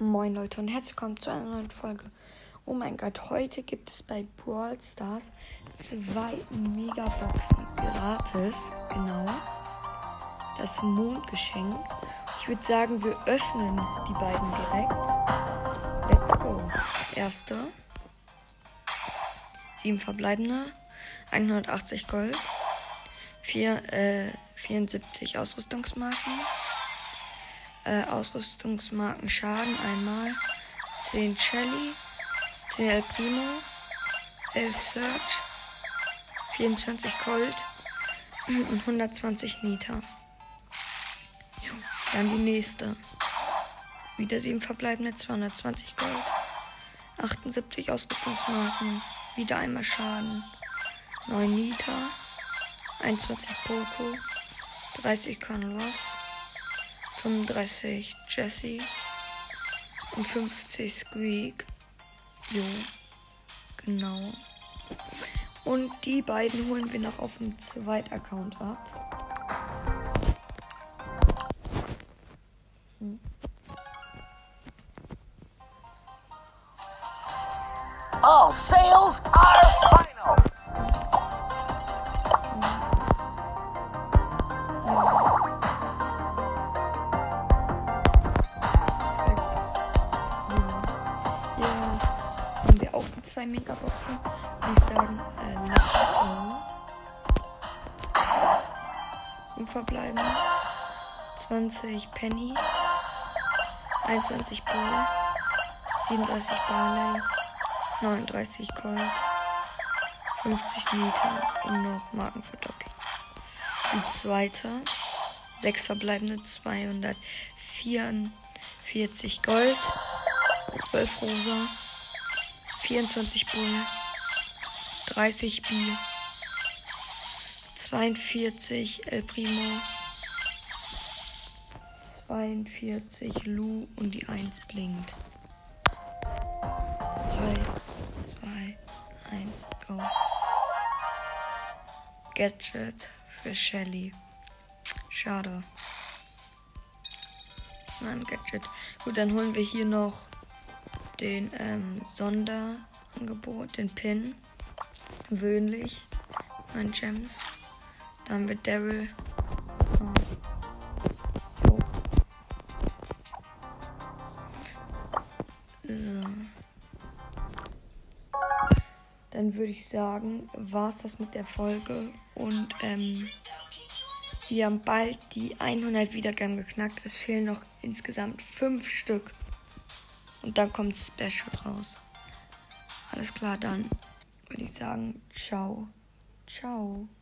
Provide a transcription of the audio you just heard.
Moin Leute und herzlich willkommen zu einer neuen Folge. Oh mein Gott, heute gibt es bei Brawl Stars 2 Megaboxen gratis. Genau. Das Mondgeschenk. Ich würde sagen, wir öffnen die beiden direkt. Let's go. Erste. 7 verbleibende. 180 Gold. 74 Ausrüstungsmarken. Ausrüstungsmarken Schaden einmal. 10 Shelly. 10 El Primo. 11 Search. 24 Gold. Und 120 Nita. Jo. Dann die nächste. Wieder 7 verbleibende. 220 Gold. 78 Ausrüstungsmarken. Wieder einmal Schaden. 9 Nita. 21 Poco. 30 Conros. 35 Jesse und 50 Squeak. Jo, genau. Und die beiden holen wir noch auf dem Zweitaccount ab. All sales are final. Zwei Megaboxen. Und ich sagen, und verbleiben 20 Penny, 21 Bull, 37 Barley, 39 Gold, 50 Liter und noch Markenverdoppler. Die zweite, 6 verbleibende, 244 Gold, 12 Rosa, 24 Bull, 30 B, 42 El Primo, 42 Lu und die 1 blinkt. 3, 2, 1, go. Gadget für Shelly. Schade. Nein, Gadget. Gut, dann holen wir hier noch den Sonderangebot, den Pin. Gewöhnlich. 9 Gems. Dann wird Daryl. So. Dann würde ich sagen, war's das mit der Folge. Und wir haben bald die 100 Wiedergaben geknackt. Es fehlen noch insgesamt 5 Stück. Und dann kommt Special raus. Alles klar, dann würde ich sagen, ciao. Ciao.